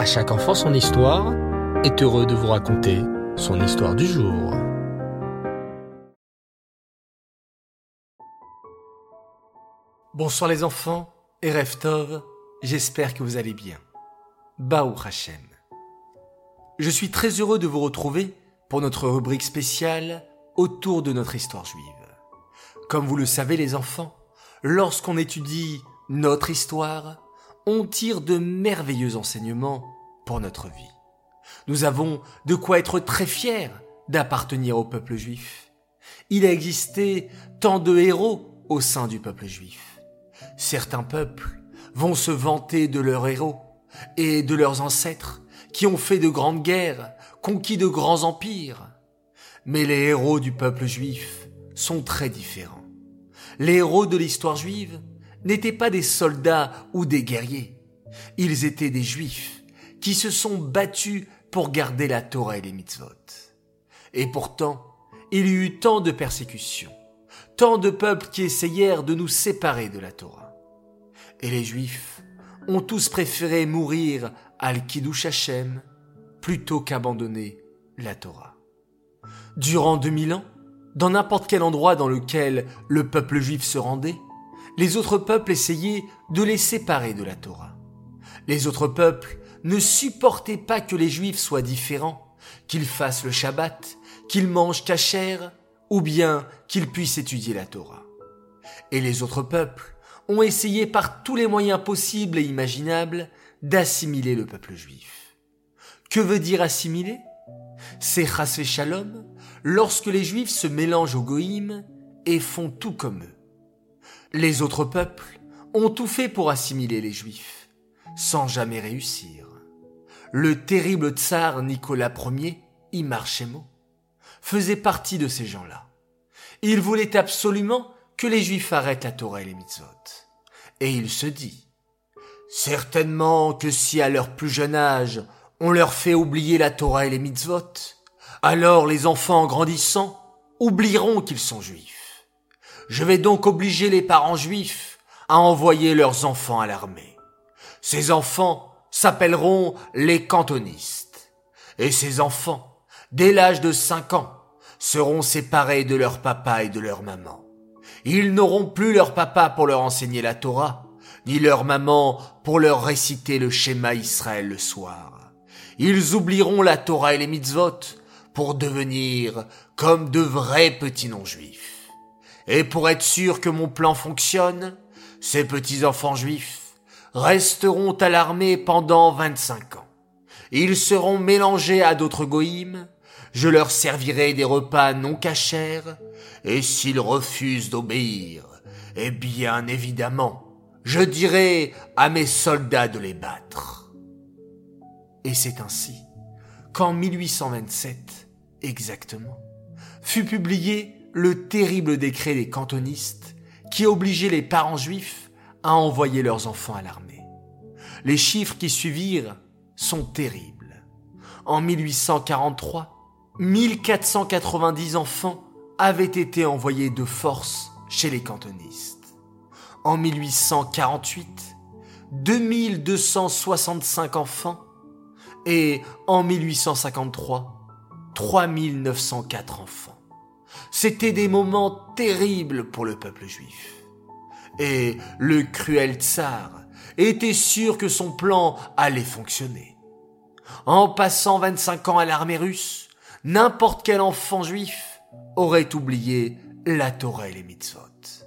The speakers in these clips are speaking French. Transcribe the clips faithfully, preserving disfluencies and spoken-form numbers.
À chaque enfant son histoire est heureux de vous raconter son histoire du jour. Bonsoir les enfants et Erev Tov, j'espère que vous allez bien. Baou Hashem. Je suis très heureux de vous retrouver pour notre rubrique spéciale autour de notre histoire juive. Comme vous le savez les enfants, lorsqu'on étudie notre histoire, on tire de merveilleux enseignements pour notre vie. Nous avons de quoi être très fiers d'appartenir au peuple juif. Il a existé tant de héros au sein du peuple juif. Certains peuples vont se vanter de leurs héros et de leurs ancêtres qui ont fait de grandes guerres, conquis de grands empires. Mais les héros du peuple juif sont très différents. Les héros de l'histoire juive n'étaient pas des soldats ou des guerriers. Ils étaient des juifs qui se sont battus pour garder la Torah et les mitzvot. Et pourtant, il y eut tant de persécutions, tant de peuples qui essayèrent de nous séparer de la Torah. Et les juifs ont tous préféré mourir al-Kiddush Hashem plutôt qu'abandonner la Torah. Durant deux mille ans, dans n'importe quel endroit dans lequel le peuple juif se rendait, les autres peuples essayaient de les séparer de la Torah. Les autres peuples ne supportaient pas que les juifs soient différents, qu'ils fassent le Shabbat, qu'ils mangent kasher, ou bien qu'ils puissent étudier la Torah. Et les autres peuples ont essayé par tous les moyens possibles et imaginables d'assimiler le peuple juif. Que veut dire assimiler ? C'est chas v'shalom, lorsque les juifs se mélangent aux goïms et font tout comme eux. Les autres peuples ont tout fait pour assimiler les juifs, sans jamais réussir. Le terrible tsar Nicolas Ier, Imar Shemo, faisait partie de ces gens-là. Il voulait absolument que les juifs arrêtent la Torah et les mitzvot. Et il se dit, certainement que si à leur plus jeune âge, on leur fait oublier la Torah et les mitzvot, alors les enfants en grandissant oublieront qu'ils sont juifs. Je vais donc obliger les parents juifs à envoyer leurs enfants à l'armée. Ces enfants s'appelleront les cantonistes. Et ces enfants, dès l'âge de cinq ans, seront séparés de leur papa et de leur maman. Ils n'auront plus leur papa pour leur enseigner la Torah, ni leur maman pour leur réciter le Shema Israël le soir. Ils oublieront la Torah et les mitzvot pour devenir comme de vrais petits non-juifs. Et pour être sûr que mon plan fonctionne, ces petits-enfants juifs resteront à l'armée pendant vingt-cinq ans. Ils seront mélangés à d'autres goïms, je leur servirai des repas non cachers, et s'ils refusent d'obéir, eh bien évidemment, je dirai à mes soldats de les battre. Et c'est ainsi qu'en mille huit cent vingt-sept, exactement, fut publié le terrible décret des cantonistes qui obligeait les parents juifs à envoyer leurs enfants à l'armée. Les chiffres qui suivirent sont terribles. En mille huit cent quarante-trois, mille quatre cent quatre-vingt-dix enfants avaient été envoyés de force chez les cantonistes. En mille huit cent quarante-huit, deux mille deux cent soixante-cinq enfants et en mille huit cent cinquante-trois, trois mille neuf cent quatre enfants. C'étaient des moments terribles pour le peuple juif. Et le cruel tsar était sûr que son plan allait fonctionner. En passant vingt-cinq ans à l'armée russe, n'importe quel enfant juif aurait oublié la Torah et les mitzvot.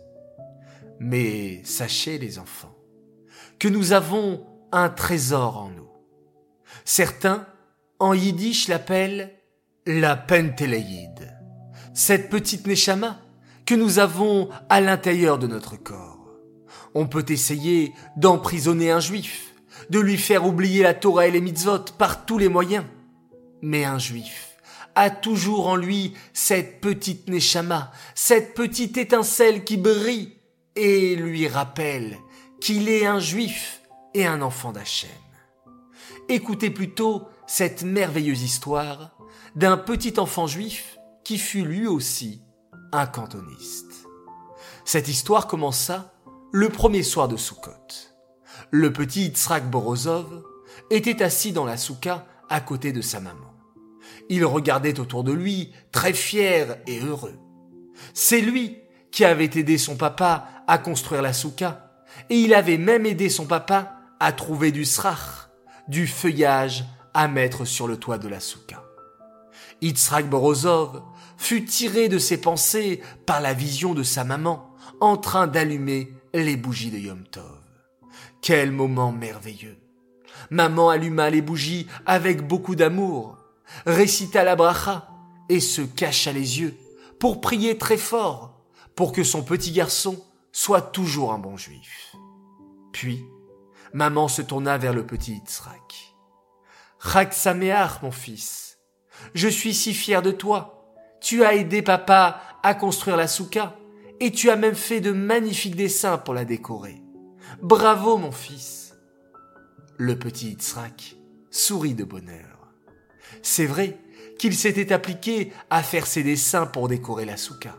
Mais sachez les enfants, que nous avons un trésor en nous. Certains, en yiddish, l'appellent la pentéléide. Cette petite neshama que nous avons à l'intérieur de notre corps. On peut essayer d'emprisonner un juif, de lui faire oublier la Torah et les mitzvot par tous les moyens. Mais un juif a toujours en lui cette petite neshama, cette petite étincelle qui brille et lui rappelle qu'il est un juif et un enfant d'Hachem. Écoutez plutôt cette merveilleuse histoire d'un petit enfant juif qui fut lui aussi un cantoniste. Cette histoire commença le premier soir de Soukhot. Le petit Yitzhak Borozov était assis dans la souka à côté de sa maman. Il regardait autour de lui, très fier et heureux. C'est lui qui avait aidé son papa à construire la souka, et il avait même aidé son papa à trouver du srach, du feuillage à mettre sur le toit de la souka. Yitzhak Borozov fut tiré de ses pensées par la vision de sa maman en train d'allumer les bougies de Yom Tov. Quel moment merveilleux! Maman alluma les bougies avec beaucoup d'amour, récita la bracha et se cacha les yeux pour prier très fort pour que son petit garçon soit toujours un bon juif. Puis, maman se tourna vers le petit Yitzhak. « Chag Sameach, mon fils, je suis si fier de toi. Tu as aidé papa à construire la souka et tu as même fait de magnifiques dessins pour la décorer. Bravo, mon fils !» Le petit Yitzhak sourit de bonheur. C'est vrai qu'il s'était appliqué à faire ses dessins pour décorer la souka.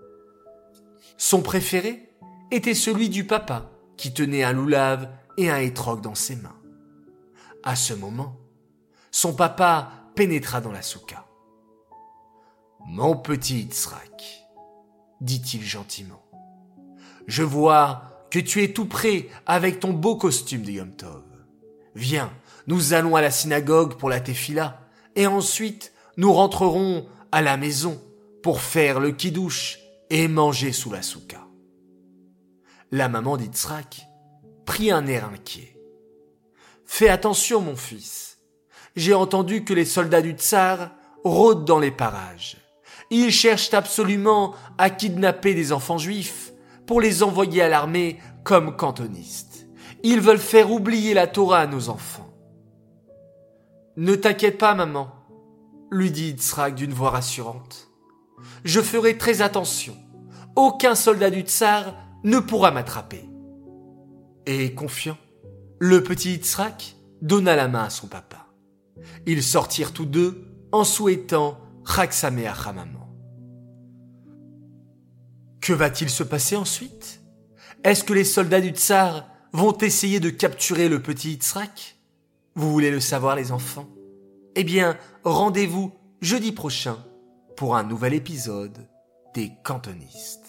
Son préféré était celui du papa qui tenait un loulav et un étrog dans ses mains. À ce moment, son papa pénétra dans la souka. « Mon petit Yitzhak, dit-il gentiment, je vois que tu es tout prêt avec ton beau costume de Yom Tov. Viens, nous allons à la synagogue pour la tefila et ensuite nous rentrerons à la maison pour faire le kiddush et manger sous la souka. » La maman d'Yitzhak prit un air inquiet. « Fais attention, mon fils. J'ai entendu que les soldats du tsar rôdent dans les parages. Ils cherchent absolument à kidnapper des enfants juifs pour les envoyer à l'armée comme cantonistes. Ils veulent faire oublier la Torah à nos enfants. »« Ne t'inquiète pas, maman, » lui dit Yitzhak d'une voix rassurante. « Je ferai très attention. Aucun soldat du tsar ne pourra m'attraper. » Et confiant, le petit Yitzhak donna la main à son papa. Ils sortirent tous deux en souhaitant Chag Sameach à maman. Que va-t-il se passer ensuite? Est-ce que les soldats du tsar vont essayer de capturer le petit Yitzhak? Vous voulez le savoir, les enfants? Eh bien, rendez-vous jeudi prochain pour un nouvel épisode des Cantonistes.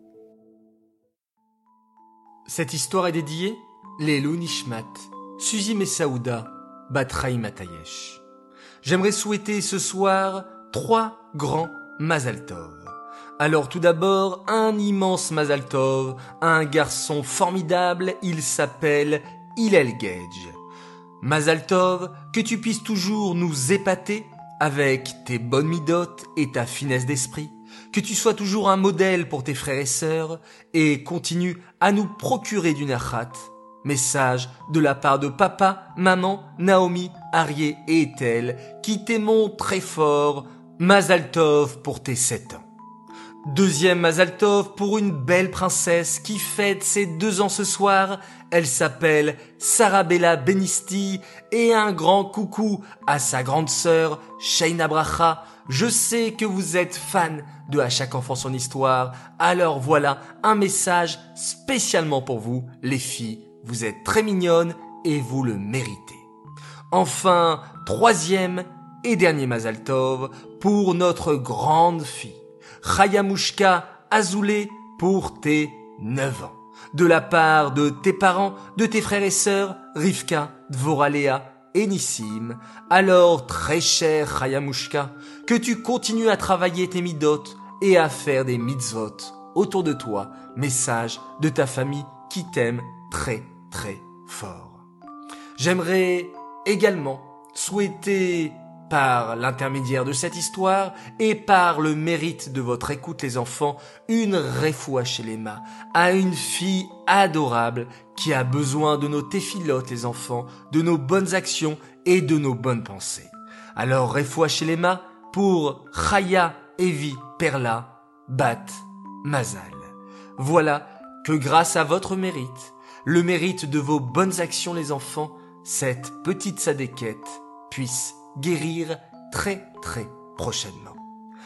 Cette histoire est dédiée Leilou Nishmat, Suzy Messaouda, Bat Chaim Matayesh. J'aimerais souhaiter ce soir trois grands Mazal Tov. Alors tout d'abord, un immense Mazal Tov, un garçon formidable, il s'appelle Hillel Gage. Mazal Tov, que tu puisses toujours nous épater avec tes bonnes midotes et ta finesse d'esprit, que tu sois toujours un modèle pour tes frères et sœurs et continue à nous procurer du nachat. Message de la part de papa, maman, Naomi, Arié et Ethel qui t'aimons très fort. Mazal Tov pour tes sept ans. Deuxième Mazal Tov pour une belle princesse qui fête ses deux ans ce soir. Elle s'appelle Sarabella Benisti et un grand coucou à sa grande sœur Sheina Bracha. Je sais que vous êtes fan de À chaque enfant son histoire. Alors voilà un message spécialement pour vous, les filles. Vous êtes très mignonnes et vous le méritez. Enfin, troisième et dernier Mazal Tov pour notre grande fille, Chayamushka Azoulay, pour tes neuf ans. De la part de tes parents, de tes frères et sœurs, Rivka, Dvoralea et Nissim. Alors, très cher Chayamushka, que tu continues à travailler tes midot et à faire des mitzvot autour de toi. Message de ta famille qui t'aime très très fort. J'aimerais également souhaiter, par l'intermédiaire de cette histoire et par le mérite de votre écoute, les enfants, une refoua shelema à une fille adorable qui a besoin de nos téphilotes, les enfants, de nos bonnes actions et de nos bonnes pensées. Alors refoua shelema pour Chaya Evi Perla Bat Mazal. Voilà que grâce à votre mérite, le mérite de vos bonnes actions, les enfants, cette petite sadéquette puisse guérir très très prochainement.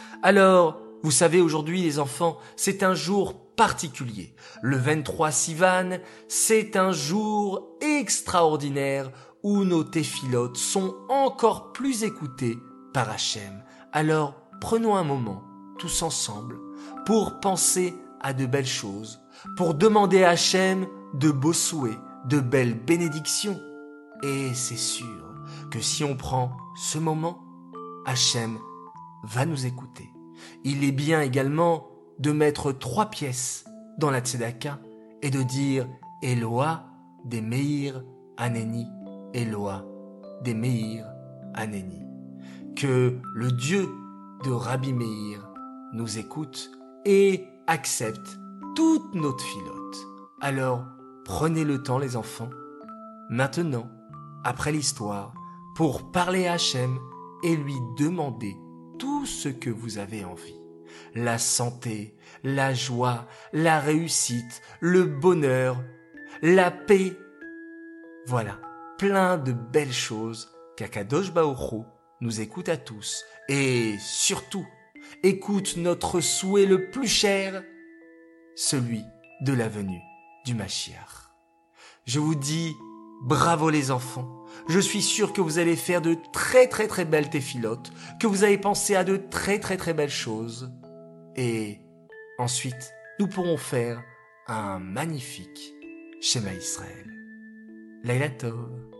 Alors, vous savez, aujourd'hui, les enfants, c'est un jour particulier. Le vingt-trois Sivan, c'est un jour extraordinaire où nos téphilotes sont encore plus écoutés par Hachem. Alors, prenons un moment, tous ensemble, pour penser à de belles choses, pour demander à Hachem de beaux souhaits, de belles bénédictions. Et c'est sûr que si on prend ce moment, Hachem va nous écouter. Il est bien également de mettre trois pièces dans la tzedaka et de dire Eloa des Meir Aneni, Eloa des Meir Aneni. Que le Dieu de Rabbi Meir nous écoute et accepte toutes nos tfilotes. Alors, prenez le temps les enfants, maintenant, après l'histoire, pour parler à Hachem et lui demander tout ce que vous avez envie. La santé, la joie, la réussite, le bonheur, la paix. Voilà, plein de belles choses qu'Akadosh Baruch Hu nous écoute à tous. Et surtout, écoute notre souhait le plus cher, celui de la venue du Mashiach. Je vous dis bravo les enfants. Je suis sûr que vous allez faire de très très très belles téphilotes, que vous allez penser à de très très très belles choses. Et ensuite, nous pourrons faire un magnifique Shema Israël. Laila Tov.